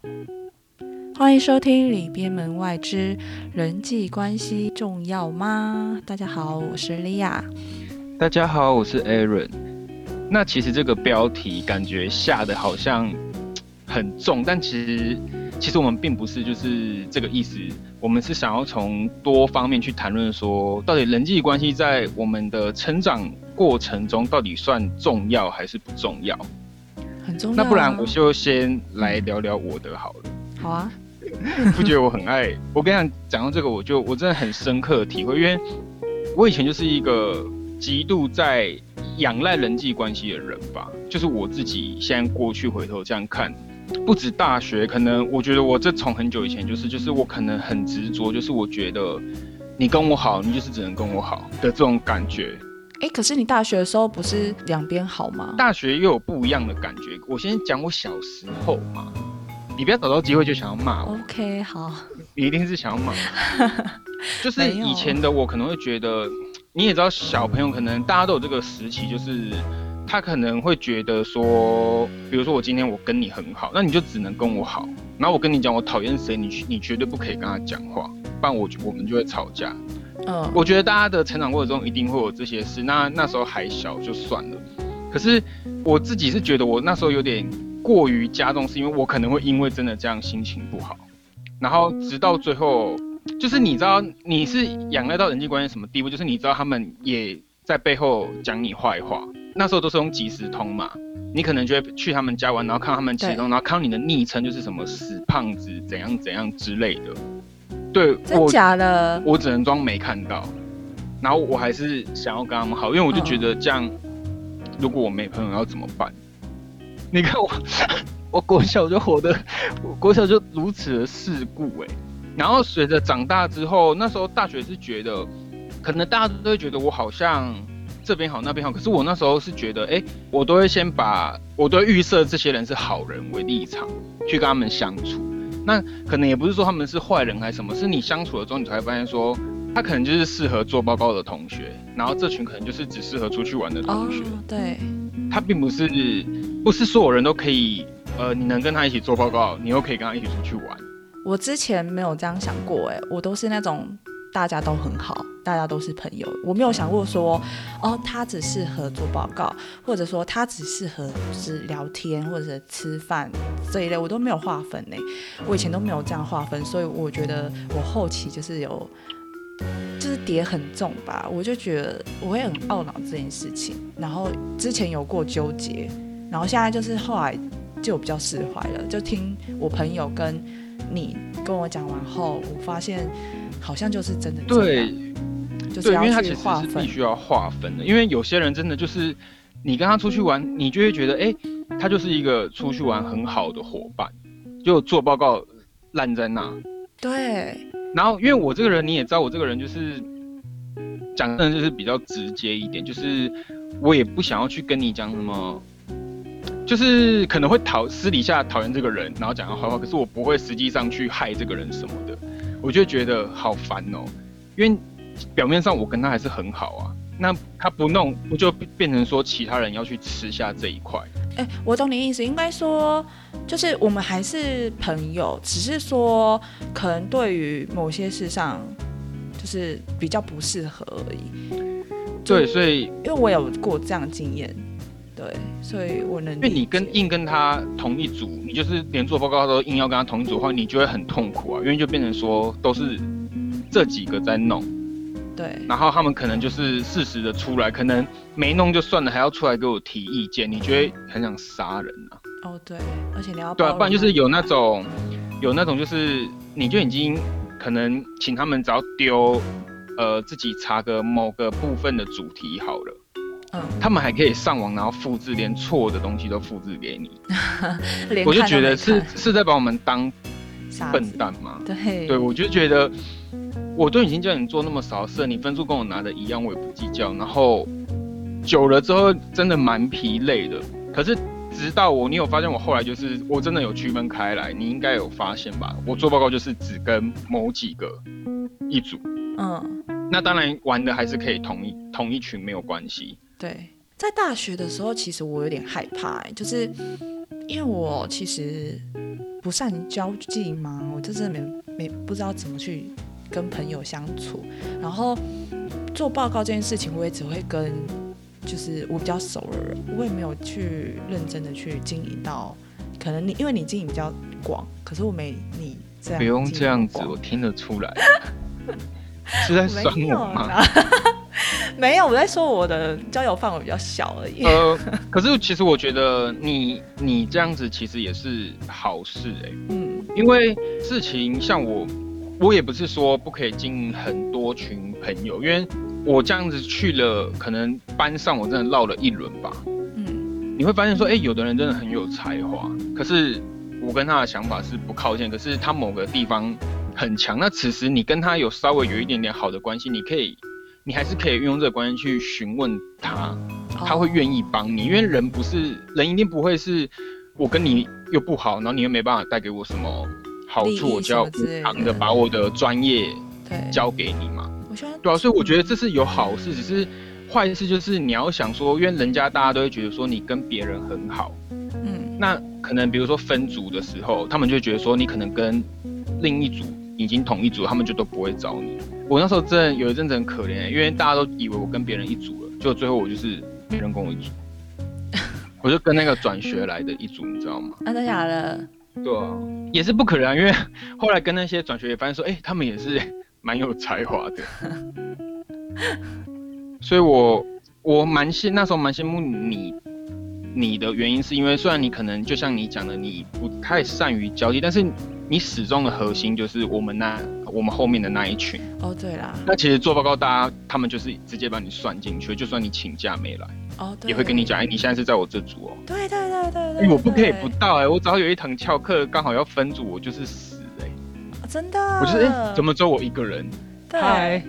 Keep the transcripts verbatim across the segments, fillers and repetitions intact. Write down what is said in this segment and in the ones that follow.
欢迎收听里边门外之人际关系重要吗？大家好，我是莉亚。 大家好，我是 Aaron。那其实这个标题感觉下的好像很重，但其实其实我们并不是就是这个意思。我们是想要从多方面去谈论说，到底人际关系在我们的成长过程中到底算重要还是不重要？ 很重要啊。 那不然我就先来聊聊我的好了。 好啊。 不觉得我很爱？我跟你讲，讲到这个，我就我真的很深刻的体会，因为我以前就是一个极度在仰赖人际关系的人吧。就是我自己现在过去回头这样看，不止大学，可能我觉得我这从很久以前就是就是我可能很执着，就是我觉得你跟我好，你就是只能跟我好的这种感觉。 哎，可是你大学的时候不是两边好吗？ 大学又有不一样的感觉。我先讲我小时候嘛。你不要找到机会就想要骂我。 OK， 好。 你一定是想要骂我。就是以前的我可能会觉得，你也知道小朋友可能大家都有这个时期，就是他可能会觉得说，比如说我今天我跟你很好，那你就只能跟我好。然后我跟你讲我讨厌谁，你你绝对不可以跟他讲话，不然我我们就会吵架。嗯，我觉得大家的成长过程中一定会有这些事。那那时候还小就算了，可是我自己是觉得我那时候有点过于加重，是因为我可能会因为真的这样心情不好，然后直到最后，就是你知道你是仰赖到人际关系什么地步，就是你知道他们也在背后讲你坏话。那时候都是用即时通嘛，你可能就会去他们家玩，然后看到他们即时通，然后看到你的昵称就是什么死胖子怎样怎样之类的。对， 真假的？ 我只能装没看到，然后我还是想要跟他们好，因为我就觉得这样，嗯、如果我没朋友要怎么办？你看我，我国小就活得，我国小就如此的世故哎。然后随着长大之后，那时候大学是觉得，可能大家都会觉得我好像这边好那边好，可是我那时候是觉得，哎、欸，我都会先把我都会预设这些人是好人为立场去跟他们相处。那可能也不是说他们是坏人还是什么，是你相处了之后，你才会发现说，他可能就是适合做报告的同学，然后这群可能就是只适合出去玩的同学。 哦，对， 他并不是不是所有人都可以，呃，你能跟他一起做报告，你又可以跟他一起出去玩。 我之前没有这样想过，哎，我都是那种大家都很好，大家都是朋友，我没有想过说，哦，他只适合做报告，或者说他只适合就是聊天或者吃饭这一类，我都没有划分呢。我以前都没有这样划分，所以我觉得我后期就是有，就是跌很重吧，我就觉得我会很懊恼这件事情，然后之前有过纠结，然后现在就是后来就比较释怀了，就听我朋友跟你跟我讲完后，我发现好像就是真的这样。 对， 就是要因为他其实去划分， 是必须要划分的。因为有些人真的就是你跟他出去玩，你就会觉得，哎、欸，他就是一个出去玩很好的伙伴，就做报告烂在那。 对。 然后因为我这个人你也知道，我这个人就是讲真的就是比较直接一点，就是我也不想要去跟你讲什么。就是可能会讨私底下讨厌这个人，然后讲他坏话，可是我不会实际上去害这个人什么的，我就觉得好烦哦。因为表面上我跟他还是很好啊，那他不弄，不就变成说其他人要去吃下这一块？ 哎、欸，我懂你意思，应该说就是我们还是朋友，只是说可能对于某些事上就是比较不适合而已。 对，所以因为我有过这样的经验。对，所以我能理解。 因为你跟硬跟他同一组，你就是连做报告都硬要跟他同一组的话，你就会很痛苦啊，因为就变成说都是这几个在弄， 对， 然后他们可能就是适时的出来，可能没弄就算了，还要出来给我提意见，你就会很想杀人啊。 哦，对，而且你要对啊，不然就是有那种有那种就是你就已经可能请他们只要丢呃自己查个某个部分的主题好了。嗯、他们还可以上网，然后复制，连错的东西都复制给你。我就觉得是是在把我们当笨蛋嘛。 对， 对，我就觉得我都已经叫你做那么少事，你分数跟我拿的一样，我也不计较。然后久了之后，真的蛮疲累的。可是直到我，你有发现我后来就是我真的有区分开来，你应该有发现吧？我做报告就是只跟某几个一组。嗯，那当然玩的还是可以同一同一群，没有关系。 对，在大学的时候，其实我有点害怕、欸，就是因为我其实不善交际吗？我就真的没没不知道怎么去跟朋友相处。然后做报告这件事情，我也只会跟就是我比较熟的人，我也没有去认真的去经营到。可能你因为你经营比较广，可是我没你这样。 不用这样子，我听得出来。是在酸我吗？ 没有，我在说我的交友范围比较小而已。 呃，可是其实我觉得你你这样子其实也是好事哎、欸。嗯，因为事情像我，我也不是说不可以经营很多群朋友，因为我这样子去了，可能班上我真的绕了一轮吧。嗯，你会发现说，哎、欸，有的人真的很有才华，可是我跟他的想法是不靠近，可是他某个地方很强，那此时你跟他有稍微有一点点好的关系，你可以。你还是可以运用这个关系去询问他，他会愿意帮你，因为人不是人，一定不会是我跟你又不好，然后你又没办法带给我什么好处，我就要无偿的把我的专业交给你嘛。对啊，所以我觉得这是有好事，只是坏事就是你要想说，因为人家大家都会觉得说你跟别人很好，嗯，那可能比如说分组的时候，他们就会觉得说你可能跟另一组已经同一组，他们就都不会找你。我那时候真的有一阵子很可怜、欸，因为大家都以为我跟别人一组了，结果最后我就是没人跟我一组，我就跟那个转学来的一组，你知道吗？ 啊，真的假的？ 对啊，也是不可能，因为后来跟那些转学也发现说，哎、欸，他们也是蛮有才华的，所以我我蛮羡那时候蛮羡慕你。你的原因是因为虽然你可能就像你讲的，你不太善于交际，但是你始终的核心就是我们那我们后面的那一群。 哦，对啦。 那其实做报告，大家他们就是直接把你算进去，就算你请假没来， 哦，对， 也会跟你讲，哎、欸，你现在是在我这组哦。 对对对对对。 因为我不可以不到哎、欸，我只要有一堂翘课刚好要分组，我就是死哎、欸哦。真的。 我就是哎、欸，怎么只有我一个人？ 嗨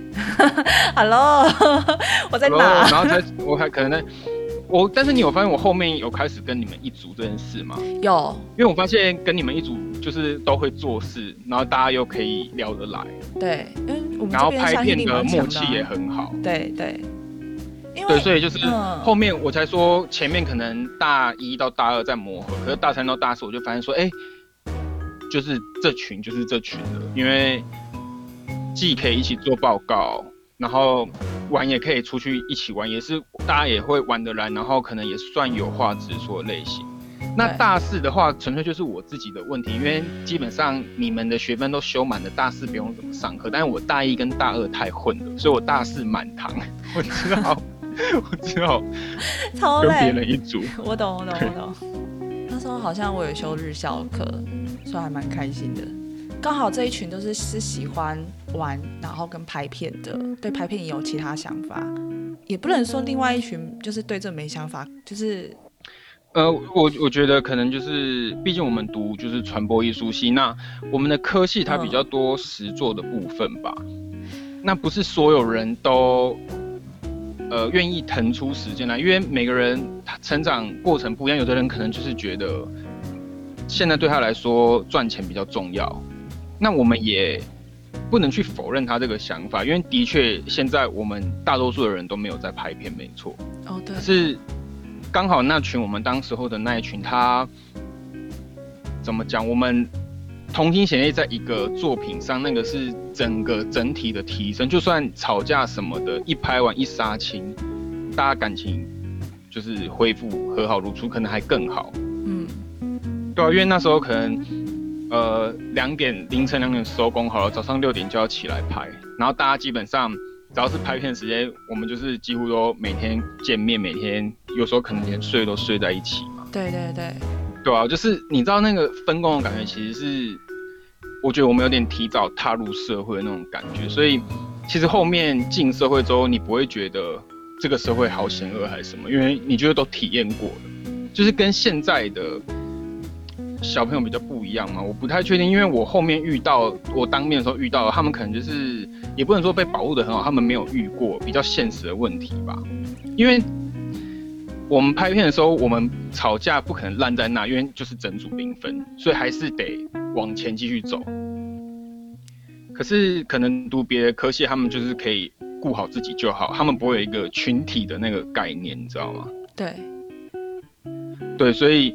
，Hello， 我在哪？ 然后才我还可能在。我，但是你有发现我后面有开始跟你们一组这件事吗？ 有， 因为我发现跟你们一组就是都会做事，然后大家又可以聊得来。 对，因为我们然后拍片的默契也很好。 对对，因为对，所以就是后面我才说前面可能大一到大二在磨合，可是大三到大四我就发现说，哎、欸，就是这群就是这群的，因为既可以一起做报告。然后玩也可以出去一起玩，也是大家也会玩得来，然后可能也算有话直说的类型。那大四的话，纯粹就是我自己的问题，因为基本上你们的学分都修满了，大四不用怎么上课。但是我大一跟大二太混了，所以我大四满堂，我只好我只好跟别人一组。 我懂，我懂，我懂。那时候好像我有修日校课，所以还蛮开心的。刚好这一群都是是喜欢玩，然后跟拍片的，对拍片也有其他想法，也不能说另外一群就是对这没想法，就是， 呃，我我觉得可能就是，毕竟我们读就是传播艺术系，那我们的科系它比较多实作的部分吧，嗯、那不是所有人都，呃，愿意腾出时间来，因为每个人成长过程不一样，有的人可能就是觉得，现在对他来说赚钱比较重要。那我们也不能去否认他这个想法，因为的确现在我们大多数的人都没有在拍片，没错。 哦，对。 可是刚好那群我们当时候的那一群，他怎么讲？我们同心协力在一个作品上，那个是整个整体的提升。就算吵架什么的，一拍完一杀青，大家感情就是恢复和好如初，可能还更好。嗯，对啊，因为那时候可能。呃，两点凌晨两点收工好了，早上六点就要起来拍，然后大家基本上只要是拍片时间，我们就是几乎都每天见面，每天有时候可能连睡都睡在一起嘛。 对对对， 对啊，就是你知道那个分工的感觉，其实是我觉得我们有点提早踏入社会的那种感觉，所以其实后面进社会之后，你不会觉得这个社会好险恶还是什么，因为你觉得都体验过了，就是跟现在的。小朋友比较不一样嘛，我不太确定，因为我后面遇到，我当面的时候遇到，他们可能就是也不能说被保护得很好，他们没有遇过比较现实的问题吧。因为我们拍片的时候，我们吵架不可能烂在那，因为就是整组零分，所以还是得往前继续走。可是可能读别的科系，他们就是可以顾好自己就好，他们不会有一个群体的那个概念，你知道吗？ 对， 对，所以。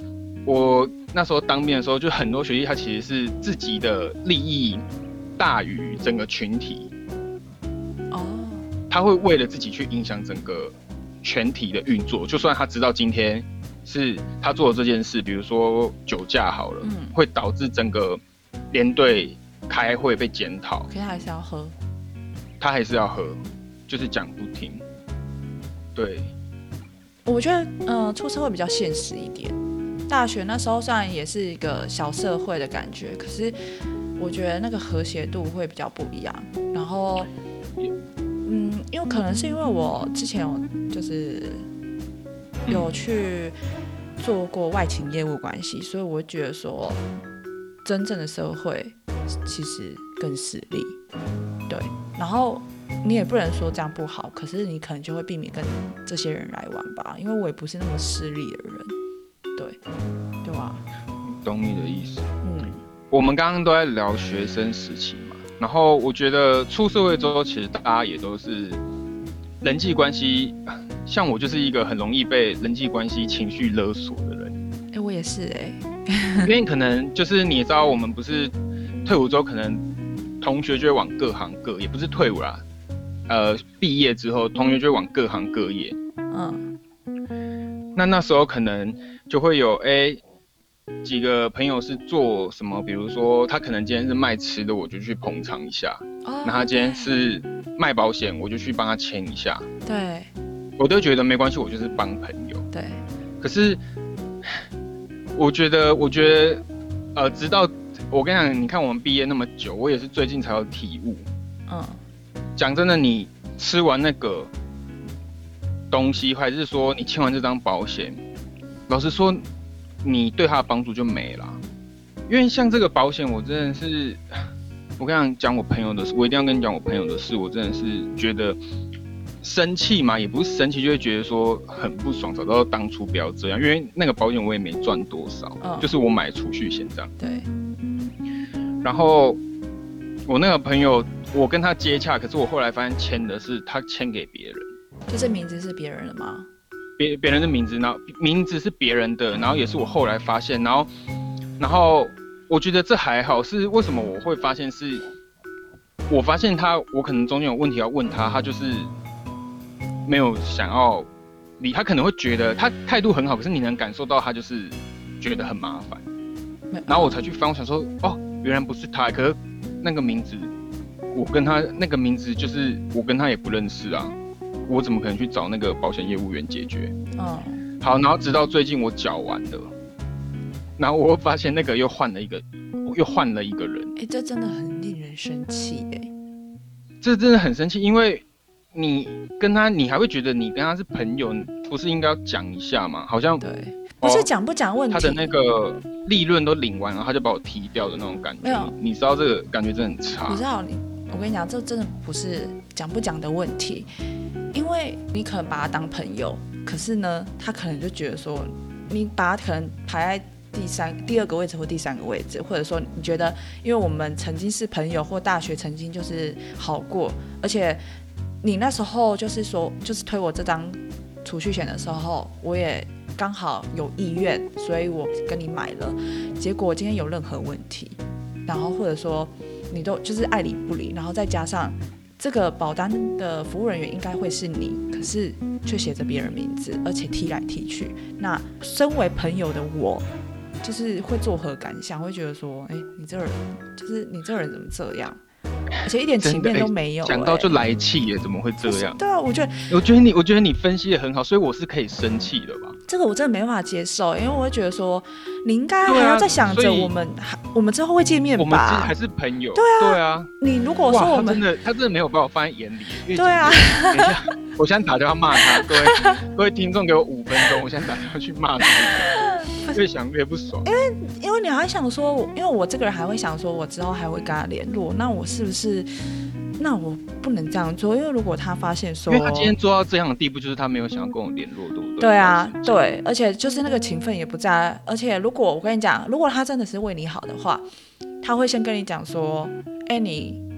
我那时候当兵的时候，就很多学弟他其实是自己的利益大于整个群体。哦。他会为了自己去影响整个全体的运作，就算他知道今天是他做的这件事，比如说酒驾好了，嗯、会导致整个连队开会被检讨， 可是他还是要喝。 他还是要喝，就是讲不听。对。 我觉得，呃，出社会比较现实一点。大学那时候虽然也是一个小社会的感觉，可是我觉得那个和谐度会比较不一样。然后，嗯，因为可能是因为我之前有就是有去做过外勤业务关系，所以我觉得说，真正的社会其实更势利，对。然后你也不能说这样不好，可是你可能就会避免跟这些人来往吧，因为我也不是那么势利的人，对，对吧？ 懂你的意思。嗯，我们刚刚都在聊学生时期嘛，然后我觉得出社会之后，其实大家也都是人际关系，像我就是一个很容易被人际关系情绪勒索的人。 哎、欸，我也是哎、 欸，因为可能就是你知道，我们不是退伍之后可能。同学就会往各行各业，不是退伍啦，呃，毕业之后，同学就会往各行各业。嗯，那那时候可能就会有哎、欸、几个朋友是做什么，比如说他可能今天是卖吃的，我就去捧场一下；哦、那他今天是卖保险，我就去帮他签一下。 对， 我都觉得没关系，我就是帮朋友。 对，可是我觉得，我觉得，呃，直到。我跟你讲，你看我们毕业那么久，我也是最近才有体悟。嗯，讲真的，你吃完那个东西，还是说你签完这张保险，老实说，你对他的帮助就没了。因为像这个保险，我真的是，我跟你讲，讲我朋友的事，我一定要跟你讲我朋友的事。我真的是觉得生气嘛，也不是生气，就会觉得说很不爽，早知道当初不要这样。因为那个保险我也没赚多少，嗯、就是我买储蓄险这样。 对。 然后我那个朋友，我跟他接洽，可是我后来发现签的是他签给别人， 就是名字是别人的吗？ 别别人的名字，然后名字是别人的，然后也是我后来发现，然后然后我觉得这还好，是为什么我会发现是，我发现他，我可能中间有问题要问他，他就是没有想要理，他可能会觉得他态度很好，可是你能感受到他就是觉得很麻烦，然后我才去翻，我想说哦。原来不是他，可是那个名字，我跟他那个名字就是我跟他也不认识啊，我怎么可能去找那个保险业务员解决？嗯，好，然后直到最近我缴完了，然后我发现那个又换了一个，又换了一个人。 哎、欸，这真的很令人生气哎、欸， 这真的很生气，因为你跟他，你还会觉得你跟他是朋友，不是应该要讲一下吗？好像对。不是讲不讲问题、 哦，他的那个利润都领完了，他就把我踢掉的那种感觉。没有，你知道这个感觉真的很差。 我知道你，我跟你讲，这真的不是讲不讲的问题，因为你可能把他当朋友，可是呢，他可能就觉得说，你把他可能排在第三、第二个位置或第三个位置，或者说你觉得，因为我们曾经是朋友，或大学曾经就是好过，而且你那时候就是说，就是推我这张储蓄险的时候，我也。刚好有意愿，所以我跟你买了。结果今天有任何问题，然后或者说你都就是爱理不理，然后再加上这个保单的服务人员应该会是你，可是却写着别人名字，而且踢来踢去。那身为朋友的我，就是会作何感想？会觉得说，哎、欸，你这人就是你这人怎么这样？而且一点情面都没有、欸， 讲到就来气耶，怎么会这样？ 对啊，我觉得， 我觉得你，我觉得你分析的很好，所以我是可以生气的吧？ 这个我真的没办法接受，因为我会觉得说，你应该还要再想着我们，啊、我们之后会见面吧？ 我们还是朋友。 对啊， 对啊。 你如果说我们他真的，他真的没有把我放在眼里。 对啊。 等一下，我现在打电话骂他，各位各位听众给我五分钟，我现在打电话去骂他。越想越不爽， 因为因为你还想说，因为我这个人还会想说，我之后还会跟他联络，那我是不是，那我不能这样做？因为如果他发现说， 因为他今天做到这样的地步，就是他没有想要跟我联络，对不对？ 对啊，对，而且就是那个情分也不在，而且如果我跟你讲，如果他真的是为你好的话，他会先跟你讲说，哎、欸，你这个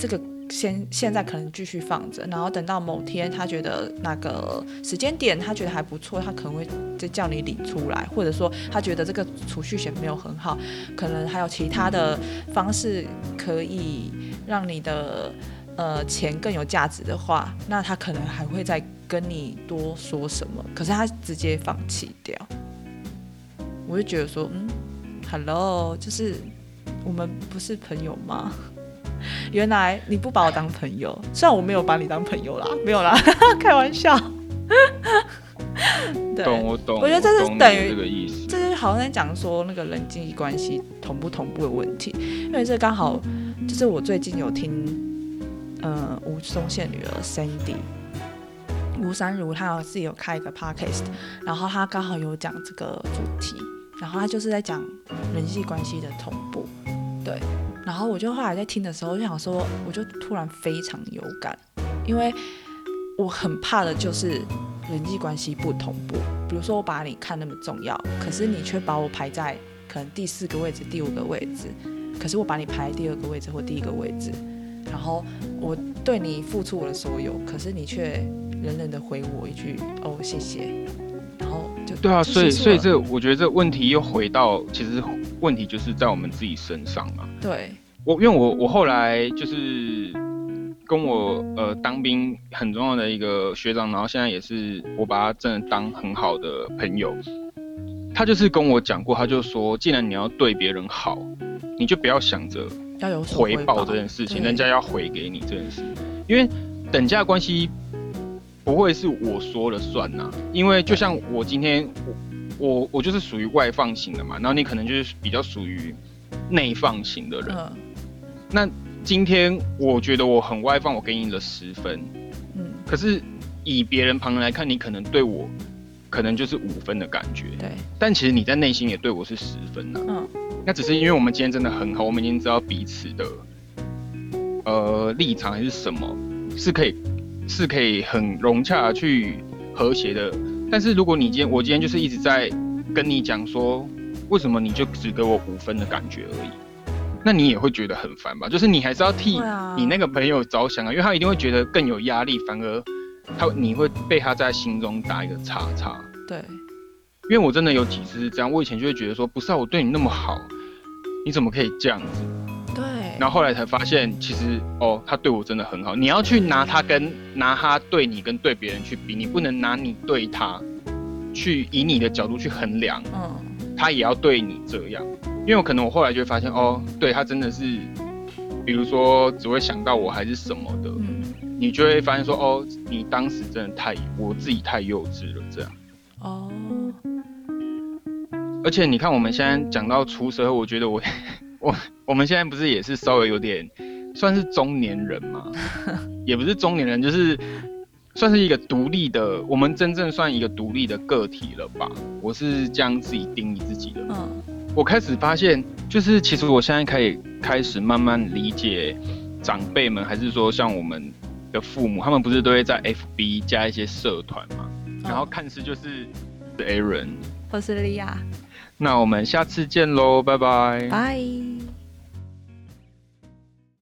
先现在可能继续放着，然后等到某天他觉得那个时间点他觉得还不错，他可能会再叫你领出来，或者说他觉得这个储蓄险没有很好，可能还有其他的方式可以让你的呃钱更有价值的话，那他可能还会再跟你多说什么，可是他直接放弃掉。我就觉得说，嗯 ，Hello， 就是我们不是朋友吗？原来你不把我当朋友，虽然我没有把你当朋友啦，没有啦，开玩笑。对， 懂我懂， 我觉得这是等于这个意思， 这就是好像在讲说那个人际关系同不同步的问题，因为这刚好就是我最近有听，呃，吴宗宪女儿 Sandy 吴珊如，她有自己有开一个 podcast， 然后她刚好有讲这个主题，然后她就是在讲人际关系的同步，对。然后我就后来在听的时候就想说，我就突然非常有感，因为我很怕的就是人际关系不同步。比如说我把你看那么重要，可是你却把我排在可能第四个位置、第五个位置，可是我把你排在第二个位置或第一个位置，然后我对你付出我的所有，可是你却冷冷的回我一句“哦，谢谢”，然后就对啊，所以所以这个我觉得这个问题又回到，其实问题就是在我们自己身上啊。 对， 我因为我我后来就是跟我呃当兵很重要的一个学长，然后现在也是我把他真的当很好的朋友，他就是跟我讲过，他就说，既然你要对别人好，你就不要想着要有回报这件事情，人家要回给你这件事，因为等价关系不会是我说了算呐、啊，因为就像我今天我我我就是属于外放型的嘛，然后你可能就是比较属于内放型的人，嗯、那今天我觉得我很外放，我给你了十分，嗯，可是以别人旁人来看，你可能对我可能就是五分的感觉，对，但其实你在内心也对我是十分呐、啊，嗯，那只是因为我们今天真的很好，我们已经知道彼此的呃立场还是什么，是可以是可以很融洽去和谐的。但是如果你今天我今天就是一直在跟你讲说，为什么你就只给我五分的感觉而已，那你也会觉得很烦吧？就是你还是要替你那个朋友着想啊，因为他一定会觉得更有压力，反而他你会被他在心中打一个叉叉。对，因为我真的有几次是这样，我以前就会觉得说，不是啊，我对你那么好，你怎么可以这样子？对。然后后来才发现，其实哦，他对我真的很好。你要去拿他跟拿他对你跟对别人去比，你不能拿你对他去以你的角度去衡量，嗯，他也要对你这样。因为我可能我后来就会发现，哦，对他真的是，比如说只会想到我还是什么的，嗯，你就会发现说，哦，你当时真的太我自己太幼稚了，这样。哦。而且你看，我们现在讲到出社会，我觉得我我我们现在不是也是稍微有点算是中年人嘛，也不是中年人，就是算是一个独立的，我们真正算一个独立的个体了吧？我是这样自己定义自己的。嗯。我开始发现，就是其实我现在可以开始慢慢理解长辈们，还是说像我们的父母，他们不是都会在 F B 加一些社团嘛？然后看似就是 Aaron， 我是莉亚， 那我们下次见喽，拜拜， 拜。